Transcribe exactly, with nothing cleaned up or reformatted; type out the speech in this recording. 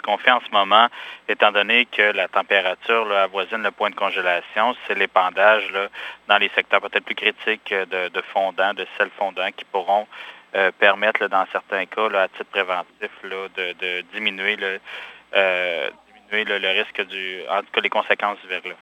qu'on fait en ce moment, étant donné que la température là, avoisine le point de congélation, c'est l'épandage là, dans les secteurs peut-être plus critiques de, de fondants, de sel fondant, qui pourront euh, permettre, là, dans certains cas, là, à titre préventif, là, de, de diminuer, là, euh, diminuer là, le risque du, en tout cas les conséquences du verglas.